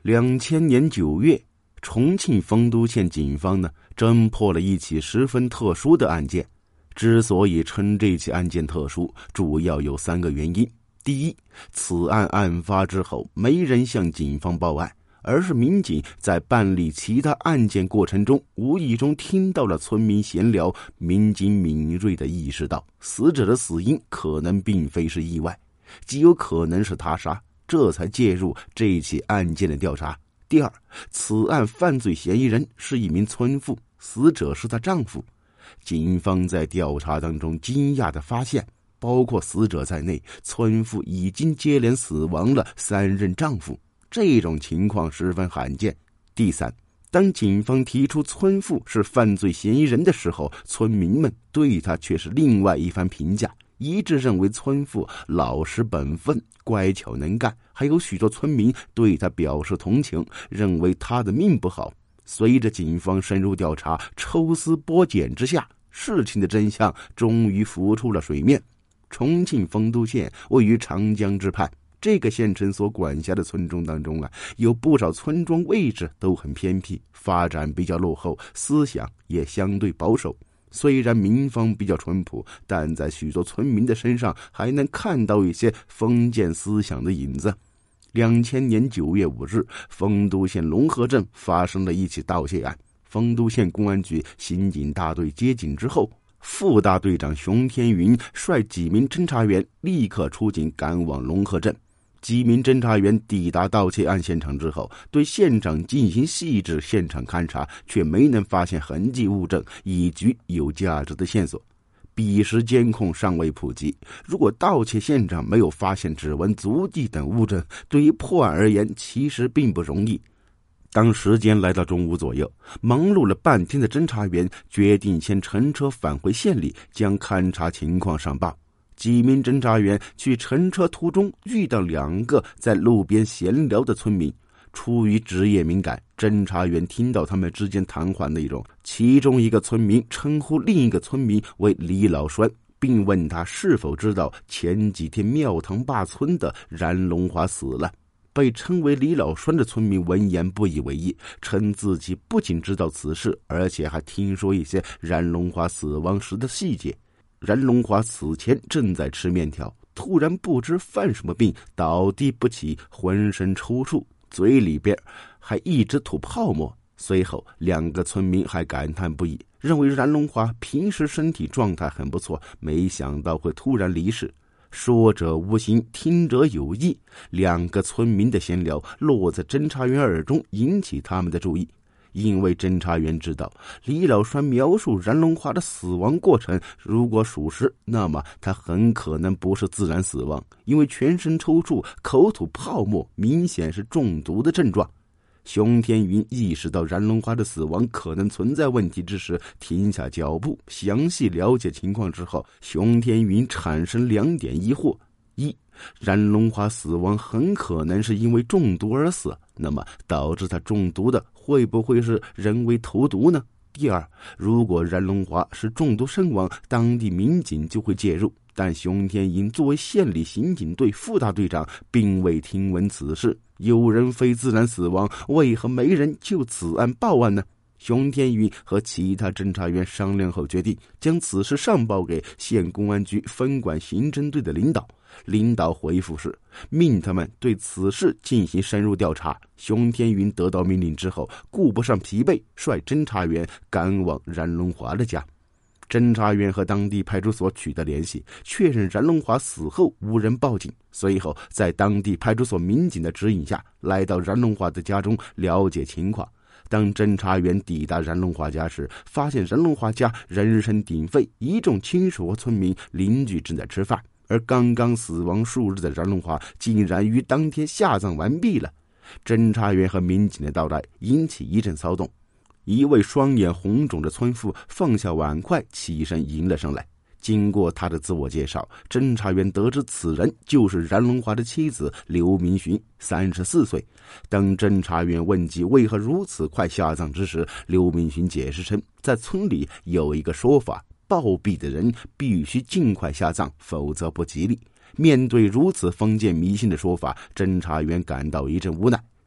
2000年9月，重庆丰都县警方侦破了一起十分特殊的案件。之所以称这起案件特殊，主要有3个原因。第一，此案案发之后，没人向警方报案，而是民警在办理其他案件过程中，无意中听到了村民闲聊，民警敏锐地意识到，死者的死因可能并非是意外，极有可能是他杀，这才介入这起案件的调查。第二，此案犯罪嫌疑人是一名村妇，死者是她丈夫。警方在调查当中惊讶地发现，包括死者在内，村妇已经接连死亡了3任丈夫，这种情况十分罕见。第三，当警方提出村妇是犯罪嫌疑人的时候，村民们对她却是另外一番评价，一致认为村妇老实本分、乖巧能干，还有许多村民对她表示同情，认为她的命不好。随着警方深入调查，抽丝剥茧之下，事情的真相终于浮出了水面。重庆丰都县位于长江之畔，这个县城所管辖的村庄当中有不少村庄位置都很偏僻，发展比较落后，思想也相对保守。虽然民风比较淳朴，但在许多村民的身上还能看到一些封建思想的影子。2000年9月5日，丰都县龙河镇发生了一起盗窃案。丰都县公安局刑警大队接警之后，副大队长熊天云率几名侦查员立刻出警赶往龙河镇。几名侦查员抵达盗窃案现场之后，对现场进行细致现场勘查，却没能发现痕迹物证以及有价值的线索。彼时监控尚未普及，如果盗窃现场没有发现指纹、足迹等物证，对于破案而言其实并不容易。当时间来到中午左右，忙碌了半天的侦查员决定先乘车返回县里，将勘查情况上报。几名侦查员去乘车途中遇到2个在路边闲聊的村民，出于职业敏感，侦查员听到他们之间谈话内容，其中一个村民称呼另一个村民为李老栓，并问他是否知道前几天庙堂坝村的冉龙华死了。被称为李老栓的村民闻言不以为意，称自己不仅知道此事，而且还听说一些冉龙华死亡时的细节。冉龙华死前正在吃面条，突然不知犯什么病，倒地不起，浑身抽搐，嘴里边还一直吐泡沫。随后2个村民还感叹不已，认为冉龙华平时身体状态很不错，没想到会突然离世。说者无心，听者有意，2个村民的闲聊落在侦查员耳中，引起他们的注意。因为侦查员知道李老栓描述冉龙华的死亡过程如果属实，那么他很可能不是自然死亡，因为全身抽搐、口吐泡沫，明显是中毒的症状。熊天云意识到冉龙华的死亡可能存在问题之时，停下脚步，详细了解情况之后，熊天云产生2点疑惑：一，冉龙华死亡很可能是因为中毒而死，那么导致他中毒的会不会是人为投毒呢？第二，如果冉龙华是中毒身亡，当地民警就会介入，但熊天云作为县里刑警队副大队长，并未听闻此事。有人非自然死亡，为何没人就此案报案呢？熊天云和其他侦查员商量后决定将此事上报给县公安局分管刑侦队的领导。领导回复是命他们对此事进行深入调查。熊天云得到命令之后，顾不上疲惫，率侦查员赶往冉龙华的家。侦查员和当地派出所取得联系，确认冉龙华死后无人报警，随后在当地派出所民警的指引下，来到冉龙华的家中了解情况。当侦查员抵达冉龙华家时，发现冉龙华家人声鼎沸，一众亲属和村民邻居正在吃饭，而刚刚死亡数日的冉龙华竟然于当天下葬完毕了。侦查员和民警的到来引起一阵骚动，一位双眼红肿的村妇放下碗筷，起身迎了上来。经过他的自我介绍，侦查员得知此人就是冉龙华的妻子刘明寻，34岁。当侦查员问及为何如此快下葬之时，刘明寻解释称，在村里有一个说法，暴毙的人必须尽快下葬，否则不吉利。面对如此封建迷信的说法，侦查员感到一阵无奈，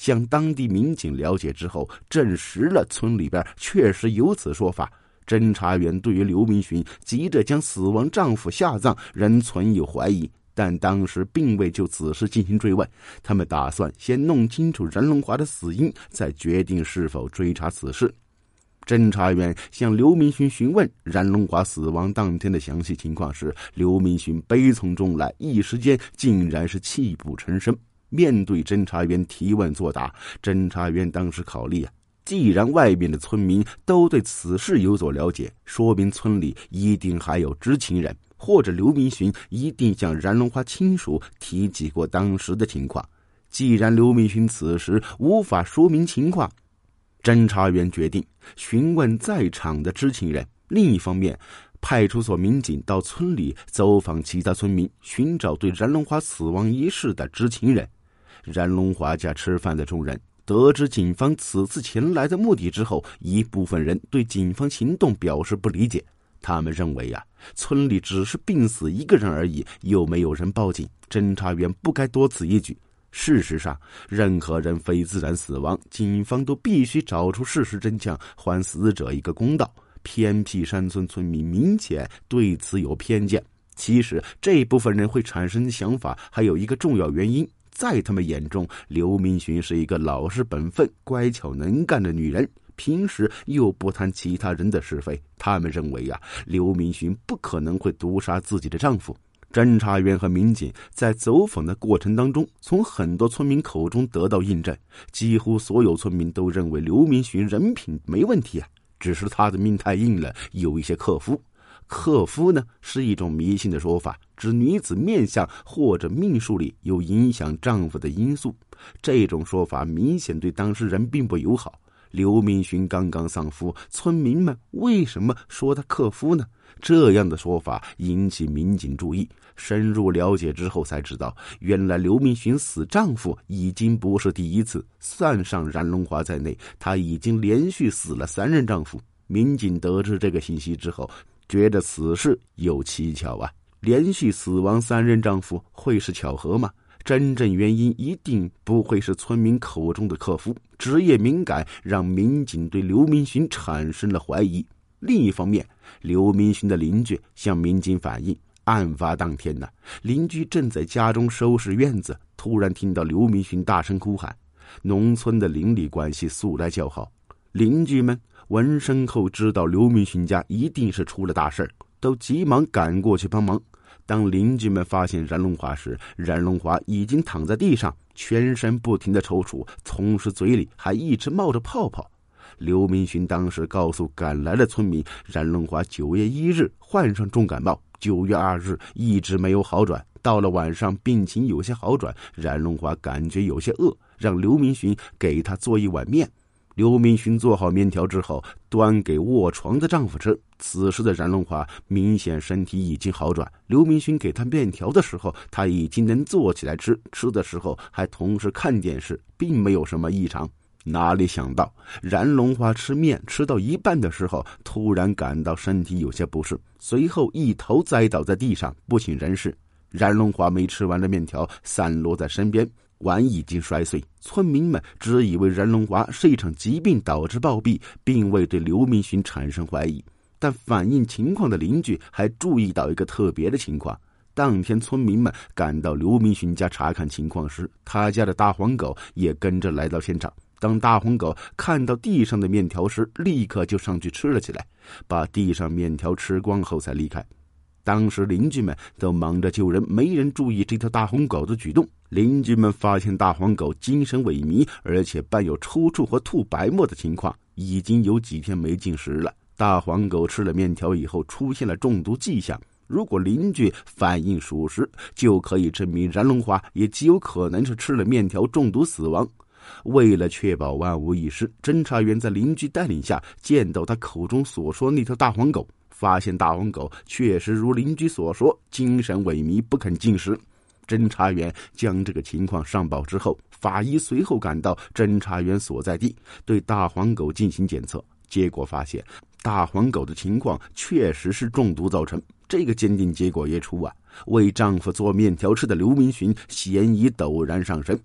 向当地民警了解之后，证实了村里边确实有此说法。侦查员对于刘明寻急着将死亡丈夫下葬仍存有怀疑，但当时并未就此事进行追问，他们打算先弄清楚冉龙华的死因，再决定是否追查此事。侦查员向刘明寻询问冉龙华死亡当天的详细情况时，刘明寻悲从中来，一时间竟然是泣不成声。面对侦查员提问作答，侦查员当时考虑既然外面的村民都对此事有所了解，说明村里一定还有知情人，或者刘明寻一定向冉龙华亲属提及过当时的情况。既然刘明寻此时无法说明情况，侦查员决定询问在场的知情人。另一方面，派出所民警到村里走访其他村民，寻找对冉龙华死亡一事的知情人。冉龙华家吃饭的众人得知警方此次前来的目的之后，一部分人对警方行动表示不理解。他们认为村里只是病死一个人而已，又没有人报警，侦查员不该多此一举。事实上，任何人非自然死亡，警方都必须找出事实真相，还死者一个公道。偏僻山村村民明显对此有偏见。其实这部分人会产生的想法还有一个重要原因，在他们眼中，刘明寻是一个老实本分、乖巧能干的女人，平时又不谈其他人的是非。他们认为刘明寻不可能会毒杀自己的丈夫。侦查员和民警在走访的过程当中，从很多村民口中得到印证，几乎所有村民都认为刘明寻人品没问题只是他的命太硬了，有一些克夫。克夫呢，是一种迷信的说法，指女子面相或者命数里有影响丈夫的因素。这种说法明显对当事人并不友好。刘明寻刚刚丧夫，村民们为什么说他克夫呢？这样的说法引起民警注意，深入了解之后才知道，原来刘明寻死丈夫已经不是第一次，算上冉龙华在内，他已经连续死了3任丈夫。民警得知这个信息之后，觉得此事有蹊跷连续死亡3任丈夫会是巧合吗？真正原因一定不会是村民口中的克夫。职业敏感让民警对刘明寻产生了怀疑。另一方面，刘明寻的邻居向民警反映，案发当天邻居正在家中收拾院子，突然听到刘明寻大声哭喊。农村的邻里关系素来较好，邻居们闻声后知道刘明寻家一定是出了大事，都急忙赶过去帮忙。当邻居们发现冉龙华时，冉龙华已经躺在地上，全身不停地抽搐，同时嘴里还一直冒着泡泡。刘明寻当时告诉赶来的村民，冉龙华9月1日患上重感冒，9月2日一直没有好转，到了晚上病情有些好转，冉龙华感觉有些饿，让刘明寻给他做一碗面。刘明寻做好面条之后，端给卧床的丈夫吃。此时的冉龙华明显身体已经好转，刘明寻给他面条的时候，他已经能坐起来吃，吃的时候还同时看电视，并没有什么异常。哪里想到冉龙华吃面吃到一半的时候，突然感到身体有些不适，随后一头栽倒在地上，不省人事。冉龙华没吃完的面条散落在身边，碗已经摔碎。村民们只以为冉龙华是一场疾病导致暴毙，并未对刘明寻产生怀疑。但反映情况的邻居还注意到一个特别的情况。当天村民们赶到刘明寻家查看情况时，他家的大黄狗也跟着来到现场。当大黄狗看到地上的面条时，立刻就上去吃了起来，把地上面条吃光后才离开。当时邻居们都忙着救人，没人注意这条大黄狗的举动。邻居们发现大黄狗精神萎靡，而且伴有抽搐和吐白沫的情况，已经有几天没进食了。大黄狗吃了面条以后出现了中毒迹象，如果邻居反应属实，就可以证明冉龙华也极有可能是吃了面条中毒死亡。为了确保万无一失，侦查员在邻居带领下见到他口中所说那条大黄狗，发现大黄狗确实如邻居所说精神萎靡，不肯进食。侦查员将这个情况上报之后，法医随后赶到侦查员所在地，对大黄狗进行检测，结果发现大黄狗的情况确实是中毒造成。这个鉴定结果一出为丈夫做面条吃的刘明寻嫌疑陡然上升。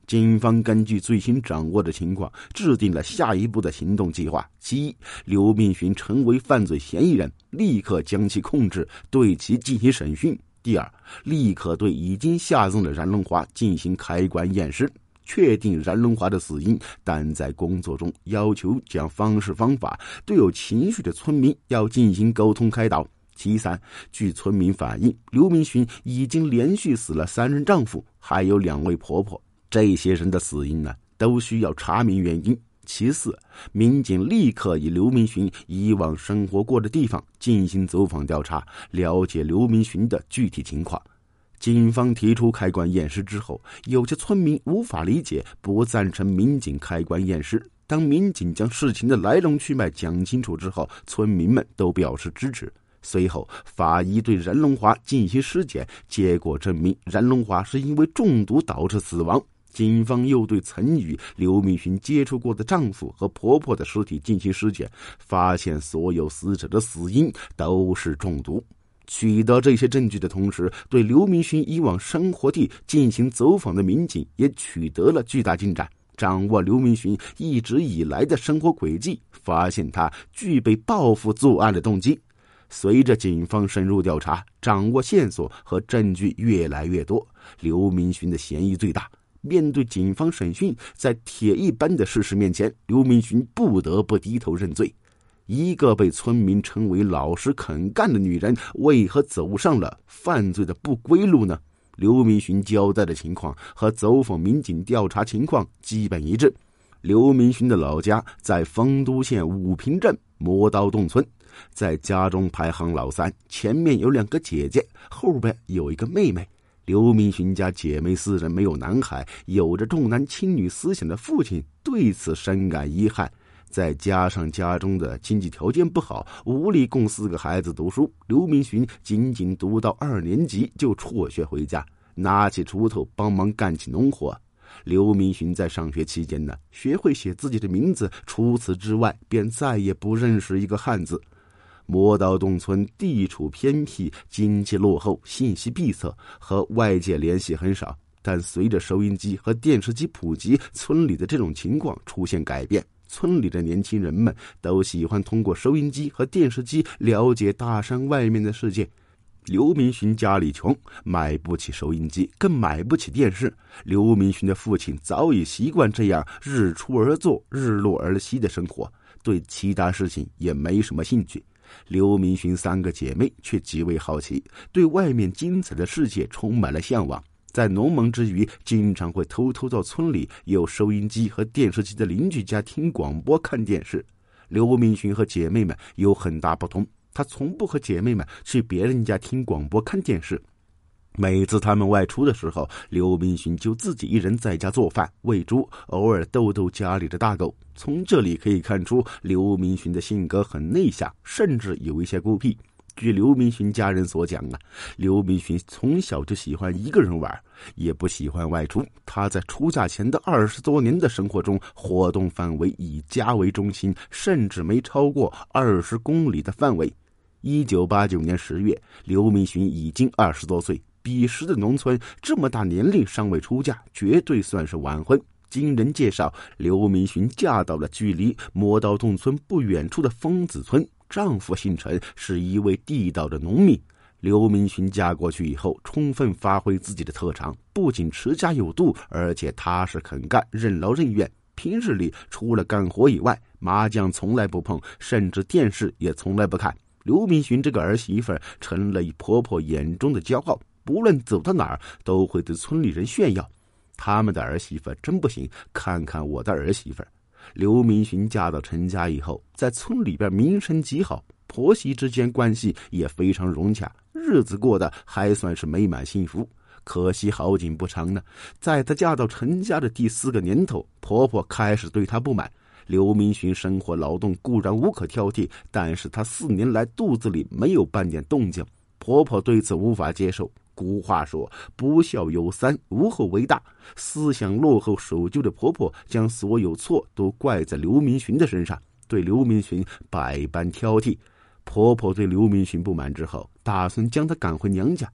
警方根据最新掌握的情况，制定了下一步的行动计划。其一，刘明勋成为犯罪嫌疑人，立刻将其控制，对其进行审讯。第二，立刻对已经下葬的冉龙华进行开棺验尸，确定冉龙华的死因，但在工作中要求将方式方法对有情绪的村民要进行沟通开导。其三，据村民反映，刘明勋已经连续死了3任丈夫，还有2位婆婆，这些人的死因呢，都需要查明原因。其四，民警立刻以刘明勋以往生活过的地方进行走访调查，了解刘明勋的具体情况。警方提出开棺验尸之后，有些村民无法理解，不赞成民警开棺验尸。当民警将事情的来龙去脉讲清楚之后，村民们都表示支持。随后，法医对冉龙华进行尸检，结果证明冉龙华是因为中毒导致死亡。警方又对曾与刘明勋接触过的丈夫和婆婆的尸体进行尸检，发现所有死者的死因都是中毒。取得这些证据的同时，对刘明勋以往生活地进行走访的民警也取得了巨大进展，掌握刘明勋一直以来的生活轨迹，发现他具备报复作案的动机。随着警方深入调查，掌握线索和证据越来越多，刘明勋的嫌疑最大。面对警方审讯，在铁一般的事实面前，刘明勋不得不低头认罪。一个被村民称为老实肯干的女人，为何走上了犯罪的不归路呢？刘明勋交代的情况和走访民警调查情况基本一致。刘明勋的老家在丰都县武平镇磨刀洞村，在家中排行老3，前面有2个姐姐，后边有一个妹妹。刘明勋家姐妹4人没有男孩，有着重男轻女思想的父亲对此深感遗憾，再加上家中的经济条件不好，无力供4个孩子读书，刘明勋仅仅读到2年级就辍学回家，拿起锄头帮忙干起农活。刘明勋在上学期间呢，学会写自己的名字，除此之外便再也不认识一个汉字。磨刀洞村地处偏僻，经济落后，信息闭塞，和外界联系很少。但随着收音机和电视机普及，村里的这种情况出现改变。村里的年轻人们都喜欢通过收音机和电视机了解大山外面的世界。刘明勋家里穷，买不起收音机，更买不起电视。刘明勋的父亲早已习惯这样日出而作，日落而息的生活，对其他事情也没什么兴趣。刘明勋3个姐妹却极为好奇，对外面精彩的世界充满了向往。在农忙之余，经常会偷偷到村里有收音机和电视机的邻居家听广播看电视。刘明勋和姐妹们有很大不同，他从不和姐妹们去别人家听广播看电视。每次他们外出的时候，刘明勋就自己一人在家做饭喂猪，偶尔逗逗家里的大狗。从这里可以看出，刘明勋的性格很内向，甚至有一些孤僻。据刘明勋家人所讲啊，刘明勋从小就喜欢一个人玩，也不喜欢外出。他在出嫁前的20多年的生活中，活动范围以家为中心，甚至没超过20公里的范围。1989年10月，刘明勋已经20多岁，彼时的农村这么大年龄尚未出嫁，绝对算是晚婚。经人介绍，刘明勋嫁到了距离磨刀洞村不远处的丰子村，丈夫姓陈，是一位地道的农民。刘明勋嫁过去以后，充分发挥自己的特长，不仅持家有度，而且踏实肯干，任劳任怨。平日里除了干活以外，麻将从来不碰，甚至电视也从来不看。刘明勋这个儿媳妇成了婆婆眼中的骄傲，不论走到哪儿都会对村里人炫耀，他们的儿媳妇真不行，看看我的儿媳妇。刘明勋嫁到陈家以后，在村里边名声极好，婆媳之间关系也非常融洽，日子过得还算是美满幸福。可惜好景不长呢，在她嫁到陈家的第4个年头，婆婆开始对她不满。刘明勋生活劳动固然无可挑剔，但是她4年来肚子里没有半点动静，婆婆对此无法接受。古话说，不孝有3，无后为大。思想落后守旧的婆婆将所有错都怪在刘明勋的身上，对刘明勋百般挑剔。婆婆对刘明勋不满之后，打算将她赶回娘家。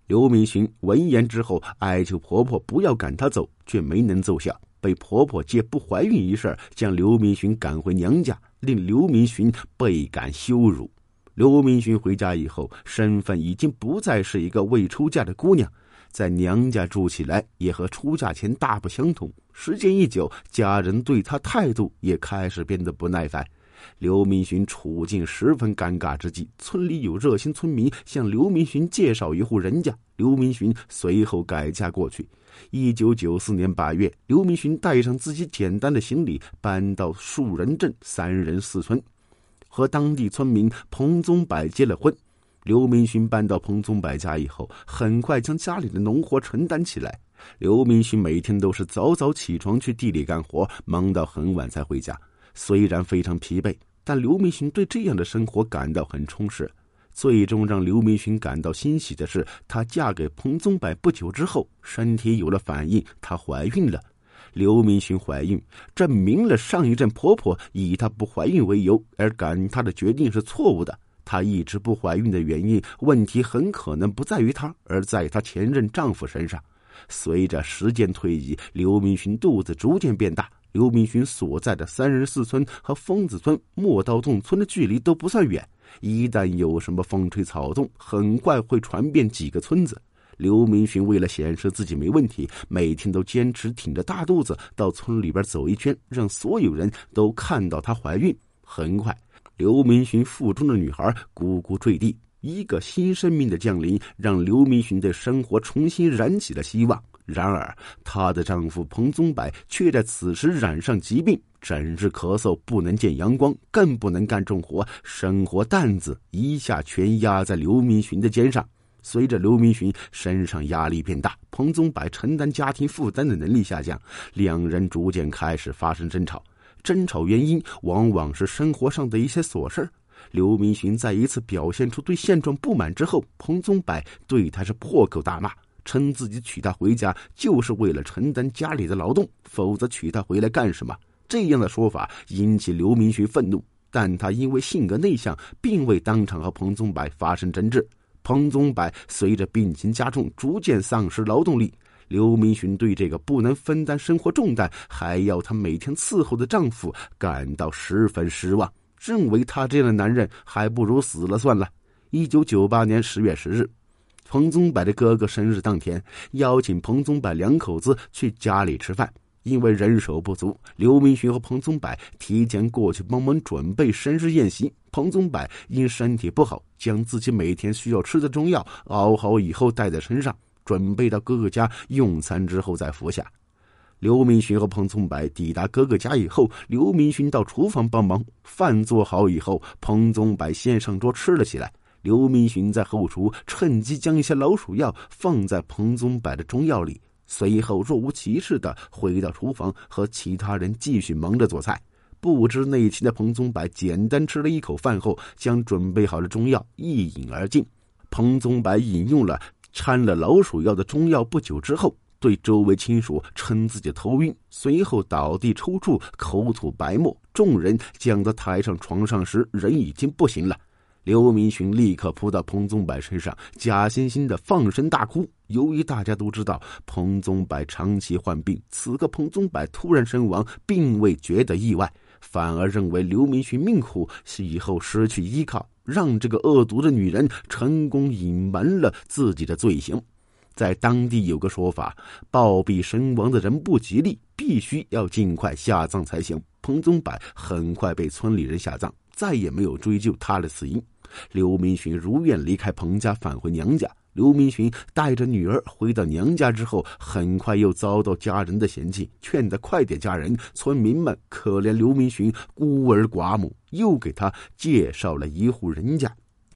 刘明勋闻言之后哀求婆婆不要赶她走，却没能奏效，被婆婆借不怀孕一事将刘明勋赶回娘家，令刘明勋倍感羞辱。刘明勋回家以后，身份已经不再是一个未出嫁的姑娘，在娘家住起来也和出嫁前大不相同。时间一久，家人对她态度也开始变得不耐烦。刘明勋处境十分尴尬之际，村里有热心村民向刘明勋介绍一户人家，刘明勋随后改嫁过去。1994年8月，刘明勋带上自己简单的行李，搬到树人镇3人4村，和当地村民彭宗柏结了婚。刘明勋搬到彭宗柏家以后，很快将家里的农活承担起来。刘明勋每天都是早早起床去地里干活，忙到很晚才回家。虽然非常疲惫，但刘明勋对这样的生活感到很充实。最终让刘明勋感到欣喜的是，她嫁给彭宗柏不久之后，身体有了反应，她怀孕了。刘明勋怀孕，证明了上一任婆婆以她不怀孕为由而赶她的决定是错误的。她一直不怀孕的原因，问题很可能不在于她，而在她前任丈夫身上。随着时间推移，刘明勋肚子逐渐变大。刘明勋所在的3人4村和疯子村、磨刀洞村的距离都不算远，一旦有什么风吹草动，很快会传遍几个村子。刘明勋为了显示自己没问题，每天都坚持挺着大肚子到村里边走一圈，让所有人都看到她怀孕。很快，刘明勋腹中的女孩咕咕坠地，一个新生命的降临，让刘明勋对生活重新燃起了希望。然而，她的丈夫彭宗柏却在此时染上疾病，整日咳嗽，不能见阳光，更不能干重活，生活担子一下全压在刘明勋的肩上。随着刘明勋身上压力变大，彭宗柏承担家庭负担的能力下降，两人逐渐开始发生争吵。争吵原因往往是生活上的一些琐事。刘明勋在一次表现出对现状不满之后，彭宗柏对他是破口大骂，称自己娶她回家就是为了承担家里的劳动，否则娶她回来干什么？这样的说法引起刘明勋愤怒，但他因为性格内向，并未当场和彭宗柏发生争执。彭宗柏随着病情加重，逐渐丧失劳动力。刘明勋对这个不能分担生活重担，还要她每天伺候的丈夫感到十分失望，认为他这样的男人还不如死了算了。1998年10月10日，彭宗柏的哥哥生日当天，邀请彭宗柏两口子去家里吃饭。因为人手不足，刘明勋和彭宗柏提前过去帮忙准备生日宴席。彭宗柏因身体不好，将自己每天需要吃的中药熬好以后带在身上，准备到哥哥家用餐之后再服下。刘明勋和彭宗柏抵达哥哥家以后，刘明勋到厨房帮忙，饭做好以后，彭宗柏先上桌吃了起来。刘明勋在后厨趁机将一些老鼠药放在彭宗柏的中药里，随后若无其事地回到厨房，和其他人继续忙着做菜。不知内情的彭宗柏简单吃了一口饭后，将准备好的中药一饮而尽。彭宗柏饮用了掺了老鼠药的中药不久之后，对周围亲属称自己头晕，随后倒地抽搐，口吐白沫。众人将他抬上床上时，人已经不行了。刘明勋立刻扑到彭宗柏身上，假惺惺的放声大哭。由于大家都知道彭宗柏长期患病，此刻彭宗柏突然身亡，并未觉得意外，反而认为刘明勋命苦，以后失去依靠，让这个恶毒的女人成功隐瞒了自己的罪行。在当地有个说法，暴毙身亡的人不吉利，必须要尽快下葬才行。彭宗柏很快被村里人下葬，再也没有追究他的死因。刘明勋如愿离开彭家，返回娘家。刘明勋带着女儿回到娘家之后，很快又遭到家人的嫌弃，劝他快点嫁人。村民们可怜刘明勋孤儿寡母，又给他介绍了一户人家。